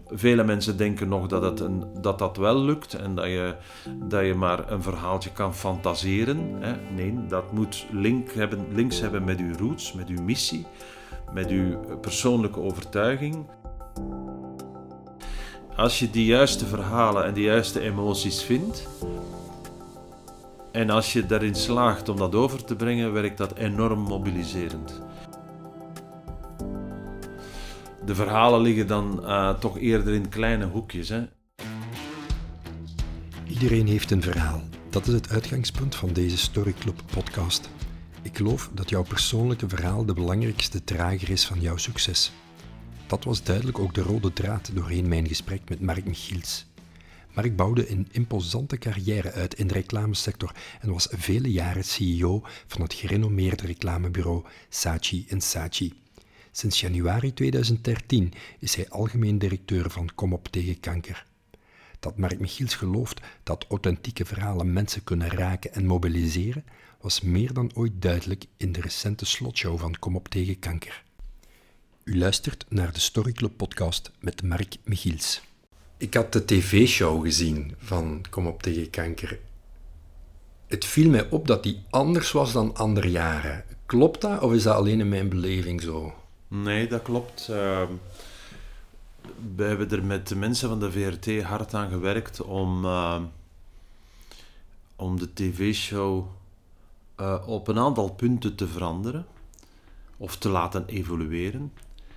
Vele mensen denken nog dat wel lukt en dat je maar een verhaaltje kan fantaseren. Hè? Nee, dat moet links hebben met uw roots, met uw missie, met uw persoonlijke overtuiging. Als je die juiste verhalen en die juiste emoties vindt, en als je daarin slaagt om dat over te brengen, werkt dat enorm mobiliserend. De verhalen liggen dan toch eerder in kleine hoekjes. Hè? Iedereen heeft een verhaal. Dat is het uitgangspunt van deze Story Club podcast. Ik geloof dat jouw persoonlijke verhaal de belangrijkste drager is van jouw succes. Dat was duidelijk ook de rode draad doorheen mijn gesprek met Mark Michiels. Mark bouwde een imposante carrière uit in de reclamesector en was vele jaren CEO van het gerenommeerde reclamebureau Saatchi & Saatchi. Sinds januari 2013 is hij algemeen directeur van Kom op tegen kanker. Dat Mark Michiels gelooft dat authentieke verhalen mensen kunnen raken en mobiliseren, was meer dan ooit duidelijk in de recente slotshow van Kom op tegen kanker. U luistert naar de Story Club podcast met Mark Michiels. Ik had de tv-show gezien van Kom op tegen kanker. Het viel mij op dat die anders was dan andere jaren. Klopt dat of is dat alleen in mijn beleving zo? Nee, dat klopt. We hebben er met de mensen van de VRT hard aan gewerkt om de tv-show op een aantal punten te veranderen of te laten evolueren.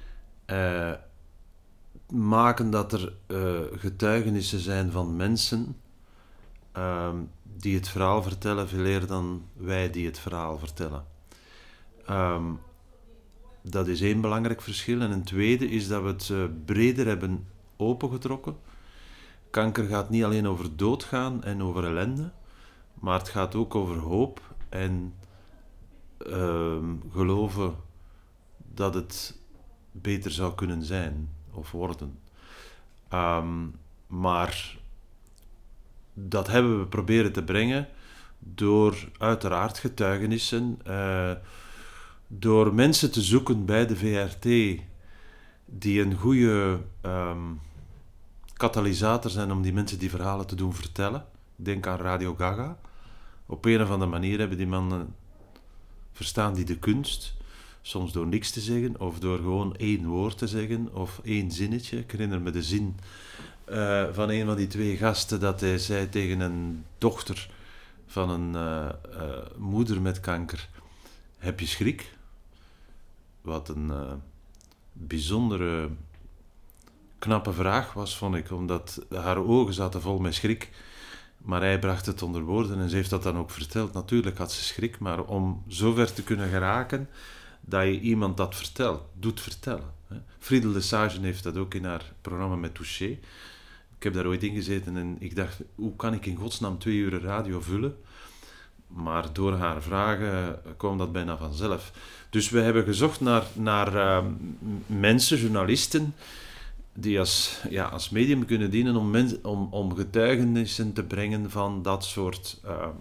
Maken dat er getuigenissen zijn van mensen die het verhaal vertellen, veel eer dan wij die het verhaal vertellen. Dat is één belangrijk verschil. En een tweede is dat we het breder hebben opengetrokken. Kanker gaat niet alleen over doodgaan en over ellende, maar het gaat ook over hoop en geloven dat het beter zou kunnen zijn of worden. Maar dat hebben we proberen te brengen door uiteraard getuigenissen, door mensen te zoeken bij de VRT die een goede katalysator zijn om die mensen die verhalen te doen vertellen. Denk aan Radio Gaga. Op een of andere manier hebben die mannen verstaan die de kunst, soms door niks te zeggen of door gewoon één woord te zeggen of één zinnetje. Ik herinner me de zin van een van die twee gasten dat hij zei tegen een dochter van een moeder met kanker: heb je schrik? Wat een bijzondere knappe vraag was, vond ik, omdat haar ogen zaten vol met schrik. Maar hij bracht het onder woorden en ze heeft dat dan ook verteld. Natuurlijk had ze schrik, maar om zover te kunnen geraken dat je iemand dat doet vertellen. Friedel Lesage heeft dat ook in haar programma met Touché. Ik heb daar ooit in gezeten en ik dacht, hoe kan ik in godsnaam 2 uur radio vullen? Maar door haar vragen kwam dat bijna vanzelf. Dus we hebben gezocht naar mensen, journalisten, die als medium kunnen dienen om getuigenissen te brengen van dat soort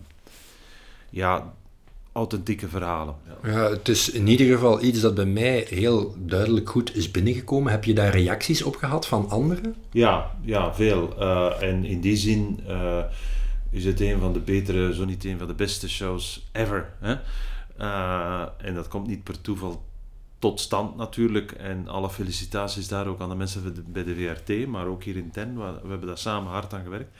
authentieke verhalen. Ja, het is in ieder geval iets dat bij mij heel duidelijk goed is binnengekomen. Heb je daar reacties op gehad van anderen? Ja, veel. En in die zin is het een van de betere, zo niet een van de beste shows ever. Hè? En dat komt niet per toeval tot stand natuurlijk. En alle felicitaties daar ook aan de mensen bij de VRT, maar ook hier intern. We hebben daar samen hard aan gewerkt.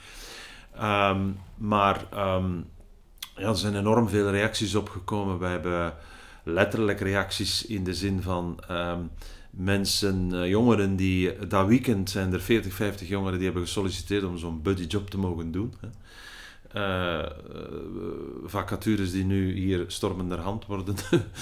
Er zijn enorm veel reacties opgekomen. We hebben letterlijk reacties in de zin van mensen, jongeren die dat weekend zijn er 40, 50 jongeren die hebben gesolliciteerd om zo'n buddyjob te mogen doen. Hè. Vacatures die nu hier stormenderhand worden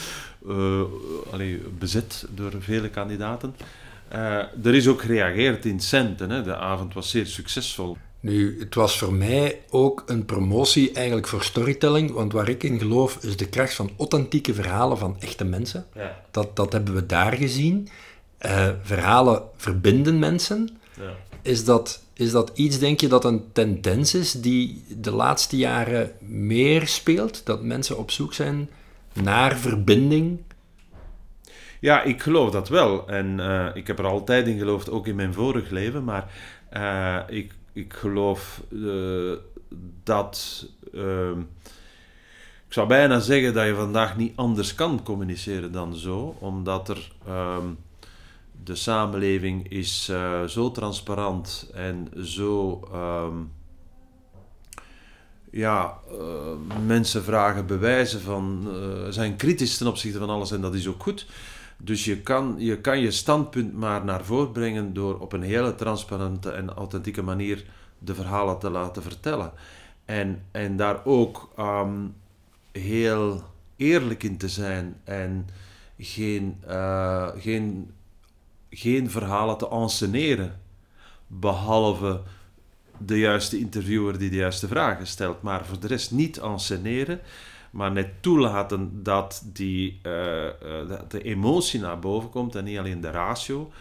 bezet door vele kandidaten. Er is ook gereageerd in centen. Hè. De avond was zeer succesvol. Nu, het was voor mij ook een promotie eigenlijk voor storytelling, want waar ik in geloof is de kracht van authentieke verhalen van echte mensen. Ja. Dat hebben we daar gezien. Verhalen verbinden mensen. Ja. Is dat iets, denk je, dat een tendens is die de laatste jaren meer speelt? Dat mensen op zoek zijn naar verbinding? Ja, ik geloof dat wel. En ik heb er altijd in geloofd, ook in mijn vorig leven. Maar ik geloof dat... ik zou bijna zeggen dat je vandaag niet anders kan communiceren dan zo. Omdat er... de samenleving is zo transparant en zo... mensen vragen bewijzen van... zijn kritisch ten opzichte van alles en dat is ook goed. Dus je kan je standpunt maar naar voren brengen door op een hele transparante en authentieke manier de verhalen te laten vertellen. En daar ook heel eerlijk in te zijn en geen verhalen te enceneren, behalve de juiste interviewer die de juiste vragen stelt. Maar voor de rest niet enceneren, maar net toelaten dat dat de emotie naar boven komt en niet alleen de ratio.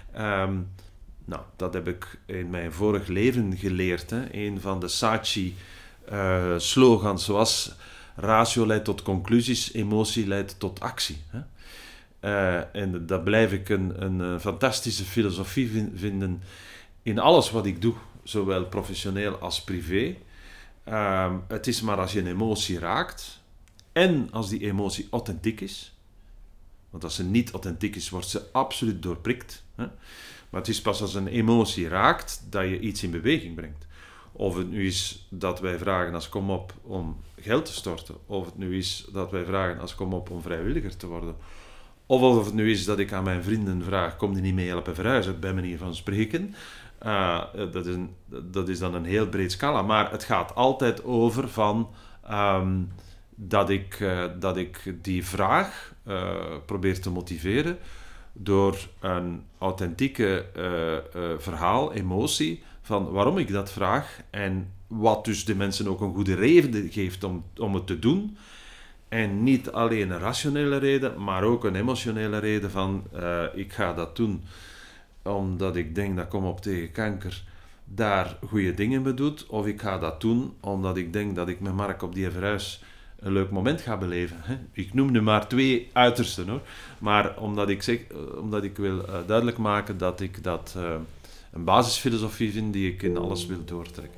Dat heb ik in mijn vorig leven geleerd. Hè. Een van de Saatchi-slogans was: ratio leidt tot conclusies, emotie leidt tot actie. Hè. En dat blijf ik een fantastische filosofie vinden in alles wat ik doe, zowel professioneel als privé. Het is maar als je een emotie raakt en als die emotie authentiek is, want als ze niet authentiek is, wordt ze absoluut doorprikt. Hè? Maar het is pas als een emotie raakt dat je iets in beweging brengt. Of het nu is dat wij vragen als kom op om geld te storten, of het nu is dat wij vragen als kom op om vrijwilliger te worden, of het nu is dat ik aan mijn vrienden vraag, kom die niet mee helpen verhuizen, bij manier van spreken. Dat is dan een heel breed scala, maar het gaat altijd over van dat ik die vraag probeer te motiveren door een authentieke verhaal, emotie, van waarom ik dat vraag en wat dus de mensen ook een goede reden geeft om het te doen. En niet alleen een rationele reden, maar ook een emotionele reden van ik ga dat doen omdat ik denk dat Kom op tegen kanker daar goede dingen mee doet. Of ik ga dat doen omdat ik denk dat ik met Mark op die verhuis een leuk moment ga beleven. Hè. Ik noem nu maar 2 uitersten hoor. Maar omdat ik wil duidelijk maken dat ik dat een basisfilosofie vind die ik in alles wil doortrekken.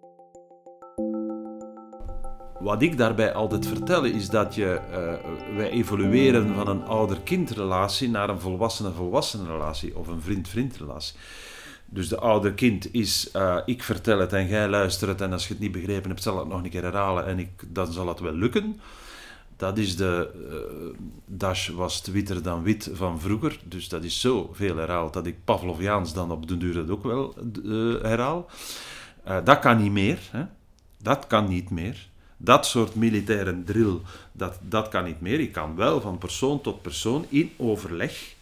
Wat ik daarbij altijd vertel is dat wij evolueren van een ouder-kindrelatie naar een volwassene-volwassene relatie of een vriend-vriend relatie. Dus de ouder-kind is, ik vertel het en jij luistert het en als je het niet begrepen hebt, zal ik het nog een keer herhalen en dan zal het wel lukken. Dat is Dash was het witter dan wit van vroeger, dus dat is zo veel herhaald dat ik Pavloviaans dan op den duur dat ook wel herhaal. Dat kan niet meer, hè? Dat kan niet meer. Dat soort militaire drill, dat kan niet meer. Ik kan wel van persoon tot persoon in overleg,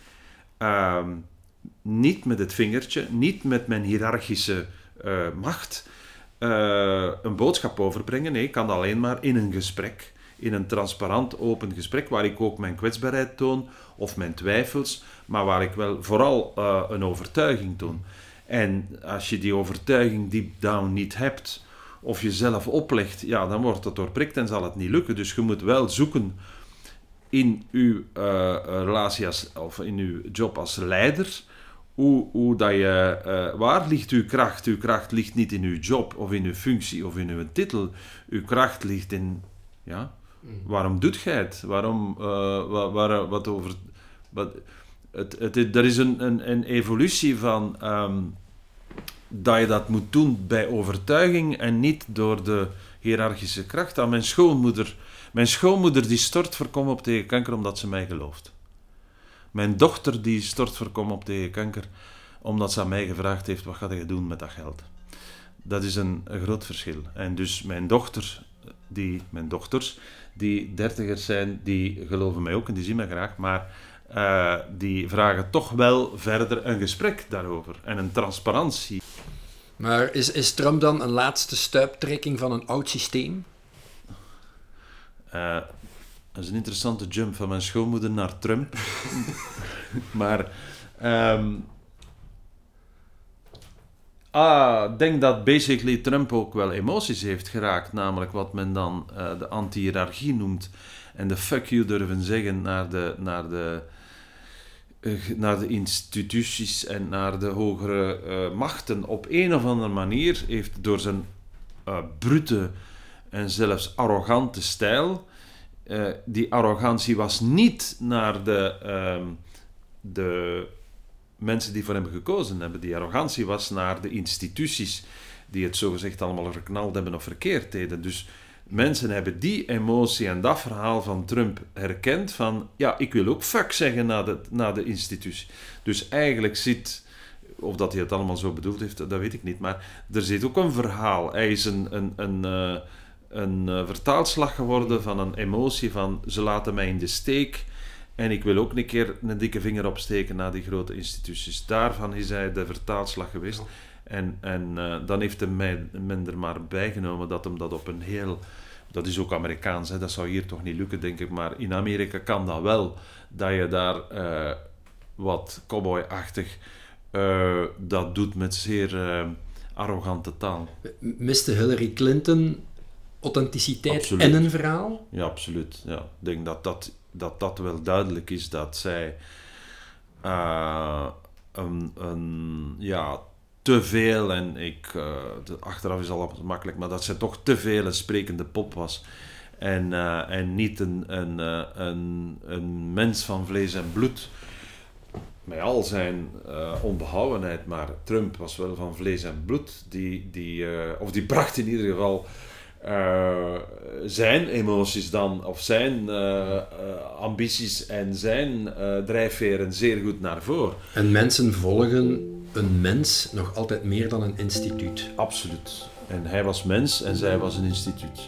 niet met het vingertje, niet met mijn hiërarchische macht, een boodschap overbrengen. Nee, ik kan dat alleen maar in een gesprek, in een transparant, open gesprek, waar ik ook mijn kwetsbaarheid toon, of mijn twijfels, maar waar ik wel vooral een overtuiging toon. En als je die overtuiging deep down niet hebt, of jezelf oplegt, ja, dan wordt het doorprikt en zal het niet lukken. Dus je moet wel zoeken in uw relatie of in uw job als leider, hoe dat je, waar ligt uw kracht? Uw kracht ligt niet in uw job of in uw functie of in uw titel. Uw kracht ligt in, ja, waarom doet gij het? Waarom, wat over... Er is een evolutie van... dat je dat moet doen bij overtuiging en niet door de hiërarchische kracht. Aan mijn schoonmoeder die stort voor Kom op tegen kanker omdat ze mij gelooft. Mijn dochter die stort voor Kom op tegen kanker omdat ze aan mij gevraagd heeft, wat ga je doen met dat geld? Dat is een groot verschil. En dus mijn dochters die 30ers zijn, die geloven mij ook en die zien mij graag, maar die vragen toch wel verder een gesprek daarover en een transparantie. Maar is Trump dan een laatste stuiptrekking van een oud systeem? Dat is een interessante jump van mijn schoonmoeder naar Trump. Maar ik denk dat basically Trump ook wel emoties heeft geraakt, namelijk wat men dan de anti-hiërarchie noemt en de fuck you durven zeggen naar de naar de instituties en naar de hogere machten op een of andere manier heeft door zijn brute en zelfs arrogante stijl. Die arrogantie was niet naar de mensen die voor hem gekozen hebben. Die arrogantie was naar de instituties die het zogezegd allemaal verknald hebben of verkeerd deden. Dus mensen hebben die emotie en dat verhaal van Trump herkend van, ja, ik wil ook fuck zeggen naar de institutie. Dus eigenlijk zit, of dat hij het allemaal zo bedoeld heeft, dat weet ik niet, maar er zit ook een verhaal. Hij is een vertaalslag geworden van een emotie van, ze laten mij in de steek en ik wil ook een keer een dikke vinger opsteken naar die grote instituties. Daarvan is hij de vertaalslag geweest. En dan heeft men er maar bijgenomen dat hem dat op een heel... Dat is ook Amerikaans, hè? Dat zou hier toch niet lukken, denk ik. Maar in Amerika kan dat wel. Dat je daar wat cowboy-achtig dat doet met zeer arrogante taal. Miste Hillary Clinton authenticiteit Absoluut. En een verhaal? Ja, absoluut. Ja. Ik denk dat wel duidelijk is dat zij te veel, en achteraf is al makkelijk, maar dat zij toch te veel een sprekende pop was. En niet een mens van vlees en bloed. Met al zijn onbehouwenheid, maar Trump was wel van vlees en bloed. Die bracht in ieder geval zijn emoties dan, of zijn ambities en zijn drijfveren zeer goed naar voren. En mensen volgen een mens nog altijd meer dan een instituut. Absoluut. En hij was mens en zij was een instituut.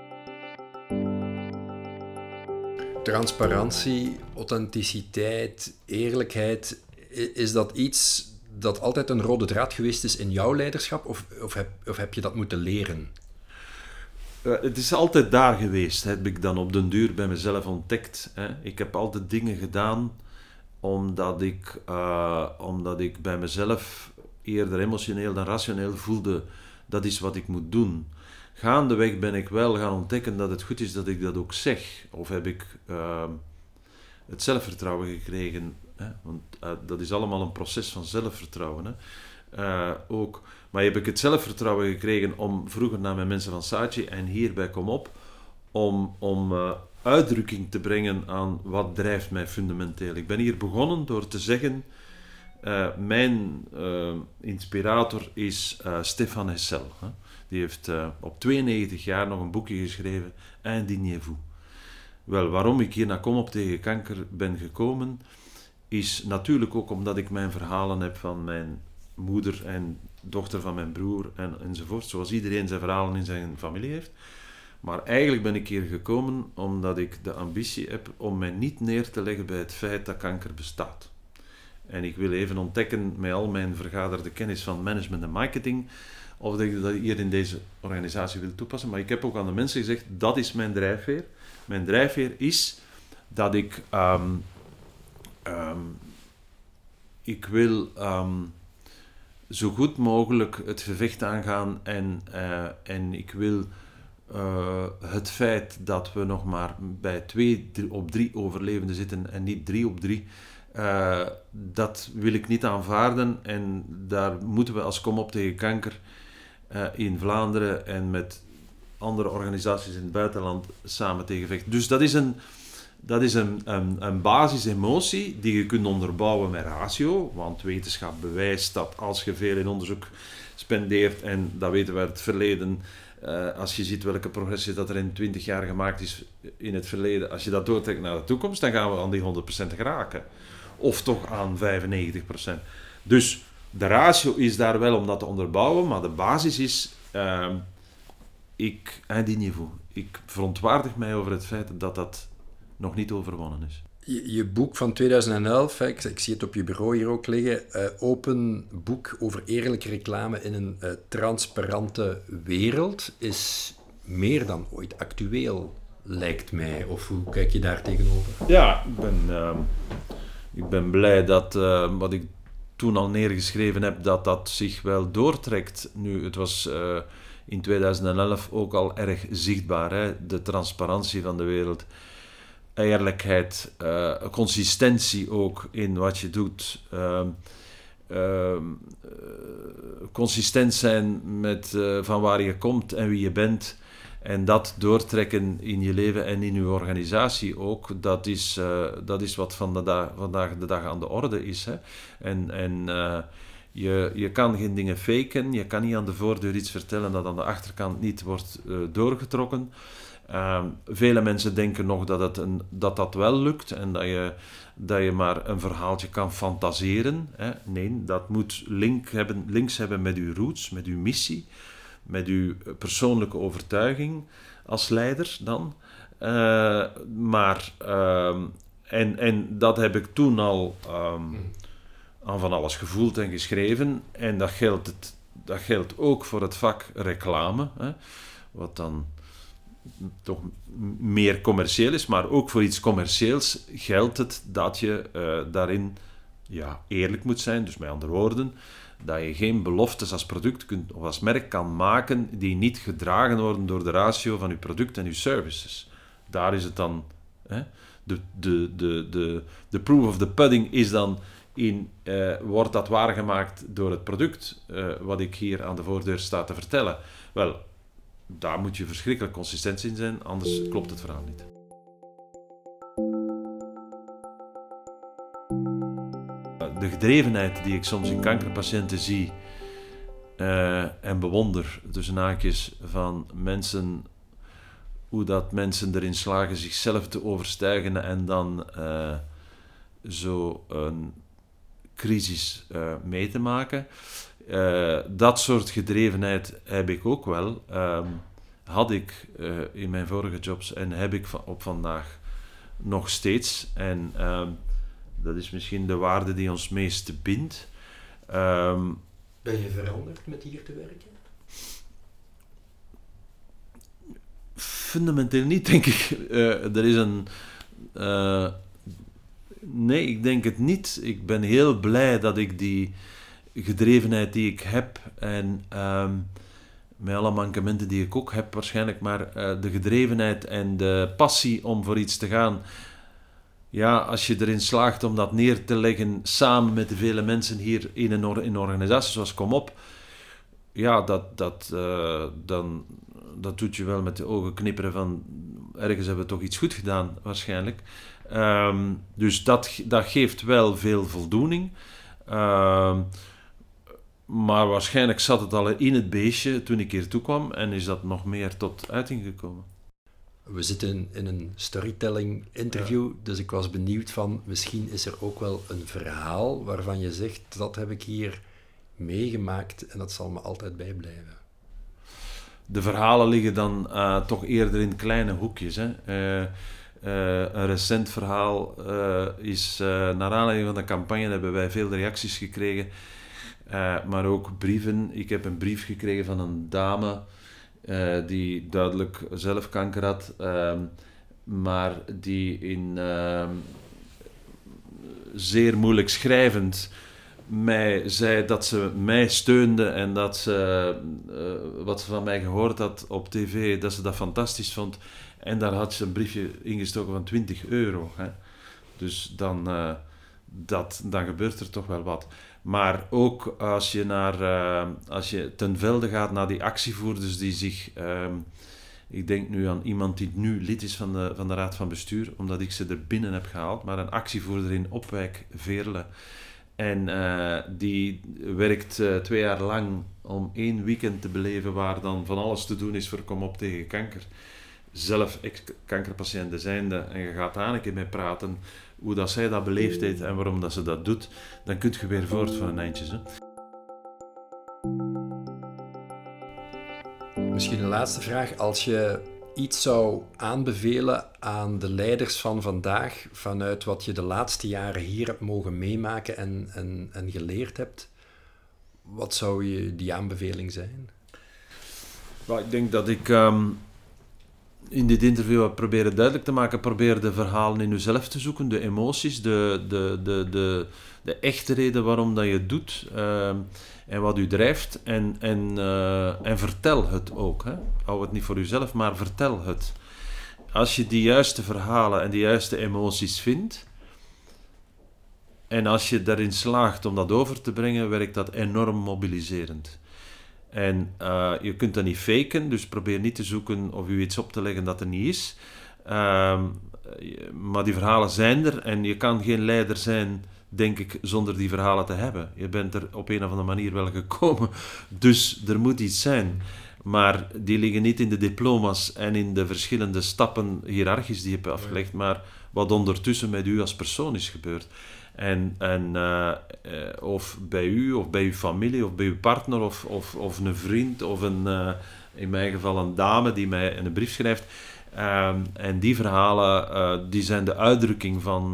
Transparantie, authenticiteit, eerlijkheid, is dat iets dat altijd een rode draad geweest is in jouw leiderschap, of heb je dat moeten leren? Het is altijd daar geweest, heb ik dan op den duur bij mezelf ontdekt. Hè. Ik heb altijd dingen gedaan omdat ik bij mezelf eerder emotioneel dan rationeel voelde, dat is wat ik moet doen. Gaandeweg ben ik wel gaan ontdekken dat het goed is dat ik dat ook zeg. Of heb ik het zelfvertrouwen gekregen. Hè? Want dat is allemaal een proces van zelfvertrouwen. Hè? Ook. Maar heb ik het zelfvertrouwen gekregen om vroeger naar mijn mensen van Saatchi en hierbij Kom Op, om uitdrukking te brengen aan wat drijft mij fundamenteel. Ik ben hier begonnen door te zeggen, mijn inspirator is Stéphane Hessel. Hè? Die heeft op 92 jaar nog een boekje geschreven, Indignez-vous. Wel, waarom ik hier naar Kom Op tegen kanker ben gekomen, is natuurlijk ook omdat ik mijn verhalen heb van mijn moeder en dochter van mijn broer enzovoort, zoals iedereen zijn verhalen in zijn familie heeft. Maar eigenlijk ben ik hier gekomen omdat ik de ambitie heb om mij niet neer te leggen bij het feit dat kanker bestaat. En ik wil even ontdekken met al mijn vergaderde kennis van management en marketing, of dat ik dat hier in deze organisatie wil toepassen. Maar ik heb ook aan de mensen gezegd, dat is mijn drijfveer. Mijn drijfveer is dat ik wil zo goed mogelijk het gevecht aangaan en ik wil het feit dat we nog maar bij 2 op 3 overlevenden zitten en niet 3 op 3, dat wil ik niet aanvaarden en daar moeten we als Kom Op tegen kanker in Vlaanderen en met andere organisaties in het buitenland samen tegen vechten. Dus dat is een basisemotie die je kunt onderbouwen met ratio, want wetenschap bewijst dat als je veel in onderzoek spendeert, en dat weten we uit het verleden, als je ziet welke progressie dat er in 20 jaar gemaakt is in het verleden, als je dat doortrekt naar de toekomst, dan gaan we aan die 100% geraken. Of toch aan 95%. Dus de ratio is daar wel om dat te onderbouwen, maar de basis is, ik verontwaardig mij over het feit dat dat nog niet overwonnen is. Je boek van 2011, ik zie het op je bureau hier ook liggen, open boek over eerlijke reclame in een transparante wereld, is meer dan ooit actueel, lijkt mij. Of hoe kijk je daar tegenover? Ja, ik ben blij dat wat ik toen al neergeschreven heb, dat zich wel doortrekt. Nu, het was in 2011 ook al erg zichtbaar, hè? De transparantie van de wereld. eerlijkheid, consistentie ook in wat je doet. Consistent zijn met van waar je komt en wie je bent. En dat doortrekken in je leven en in je organisatie ook. Dat is wat vandaag de dag aan de orde is. Hè? Je kan geen dingen faken. Je kan niet aan de voordeur iets vertellen dat aan de achterkant niet wordt doorgetrokken. Vele mensen denken nog dat wel lukt en dat je maar een verhaaltje kan fantaseren. Hè? Nee, dat moet links hebben met uw roots, met uw missie, met uw persoonlijke overtuiging als leider dan. En dat heb ik toen al aan van alles gevoeld en geschreven. En dat geldt ook voor het vak reclame, hè? Wat dan toch meer commercieel is, maar ook voor iets commercieels geldt het dat je daarin eerlijk moet zijn. Dus met andere woorden, dat je geen beloftes als product of als merk kan maken die niet gedragen worden door de ratio van je product en je services. Daar is het dan. Hè, de proof of the pudding is dan wordt dat waargemaakt door het product wat ik hier aan de voordeur sta te vertellen. Wel, daar moet je verschrikkelijk consistent in zijn, anders klopt het verhaal niet. De gedrevenheid die ik soms in kankerpatiënten zie en bewonder, tussen haakjes, van mensen, hoe dat mensen erin slagen zichzelf te overstijgen en dan zo een crisis mee te maken. Dat soort gedrevenheid heb ik ook wel. Had ik in mijn vorige jobs en heb ik op vandaag nog steeds. En dat is misschien de waarde die ons meest bindt. Ben je veranderd met hier te werken? Fundamenteel niet, denk ik. Er is een... nee, ik denk het niet. Ik ben heel blij dat ik die gedrevenheid die ik heb en met alle mankementen die ik ook heb waarschijnlijk, maar de gedrevenheid en de passie om voor iets te gaan, ja, als je erin slaagt om dat neer te leggen samen met de vele mensen hier in een organisatie zoals Komop, ja, dat doet je wel met de ogen knipperen van ergens hebben we toch iets goed gedaan waarschijnlijk. Dus dat geeft wel veel voldoening. Maar waarschijnlijk zat het al in het beestje toen ik hier toe kwam en is dat nog meer tot uiting gekomen. We zitten in een storytelling interview, dus ik was benieuwd van, misschien is er ook wel een verhaal waarvan je zegt, dat heb ik hier meegemaakt en dat zal me altijd bijblijven. De verhalen liggen dan toch eerder in kleine hoekjes. Hè. Een recent verhaal is, naar aanleiding van de campagne hebben wij veel reacties gekregen, maar ook brieven. Ik heb een brief gekregen van een dame die duidelijk zelf kanker had, maar die in zeer moeilijk schrijvend mij zei dat ze mij steunde en dat ze wat ze van mij gehoord had op tv, dat ze dat fantastisch vond. En daar had ze een briefje ingestoken van €20. Hè. Dus dan gebeurt er toch wel wat. Maar ook als je ten velde gaat naar die actievoerders die zich... ik denk nu aan iemand die nu lid is van de Raad van Bestuur, omdat ik ze er binnen heb gehaald, maar een actievoerder in Opwijk, Veerle. En die werkt 2 jaar lang om 1 weekend te beleven waar dan van alles te doen is voor Komop tegen kanker. Zelf ex-kankerpatiënten zijnde en je gaat daar een keer mee praten hoe dat zij dat beleefd heeft en waarom dat ze dat doet, dan kun je weer voort van een eindje. Hè? Misschien een laatste vraag. Als je iets zou aanbevelen aan de leiders van vandaag, vanuit wat je de laatste jaren hier hebt mogen meemaken en geleerd hebt, wat zou die aanbeveling zijn? Nou, ik denk dat ik in dit interview heb proberen duidelijk te maken, probeer de verhalen in jezelf te zoeken, de emoties, de echte reden waarom dat je het doet en wat u drijft en vertel het ook. Hè. Hou het niet voor uzelf, maar vertel het. als je die juiste verhalen en die juiste emoties vindt, en als je daarin slaagt om dat over te brengen, werkt dat enorm mobiliserend. En je kunt dat niet faken, dus probeer niet te zoeken of je iets op te leggen dat er niet is. Maar die verhalen zijn er en je kan geen leider zijn, denk ik, zonder die verhalen te hebben. Je bent er op een of andere manier wel gekomen, dus er moet iets zijn. Maar die liggen niet in de diploma's en in de verschillende stappen hiërarchisch die je hebt afgelegd, maar wat ondertussen met u als persoon is gebeurd. Of bij u, of bij uw familie, of bij uw partner, of een vriend, of in mijn geval een dame die mij een brief schrijft. En die verhalen, die zijn de uitdrukking van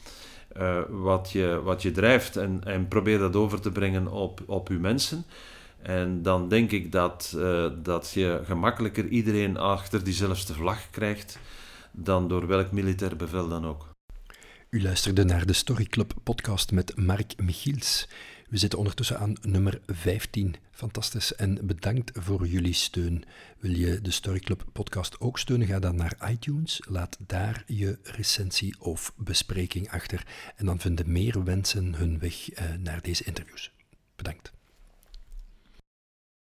wat je drijft. En probeer dat over te brengen op uw mensen. En dan denk ik dat je gemakkelijker iedereen achter diezelfde vlag krijgt dan door welk militair bevel dan ook. U luisterde naar de Story Club podcast met Mark Michiels. We zitten ondertussen aan nummer 15. Fantastisch en bedankt voor jullie steun. Wil je de Story Club podcast ook steunen? Ga dan naar iTunes, laat daar je recensie of bespreking achter en dan vinden meer mensen hun weg naar deze interviews. Bedankt.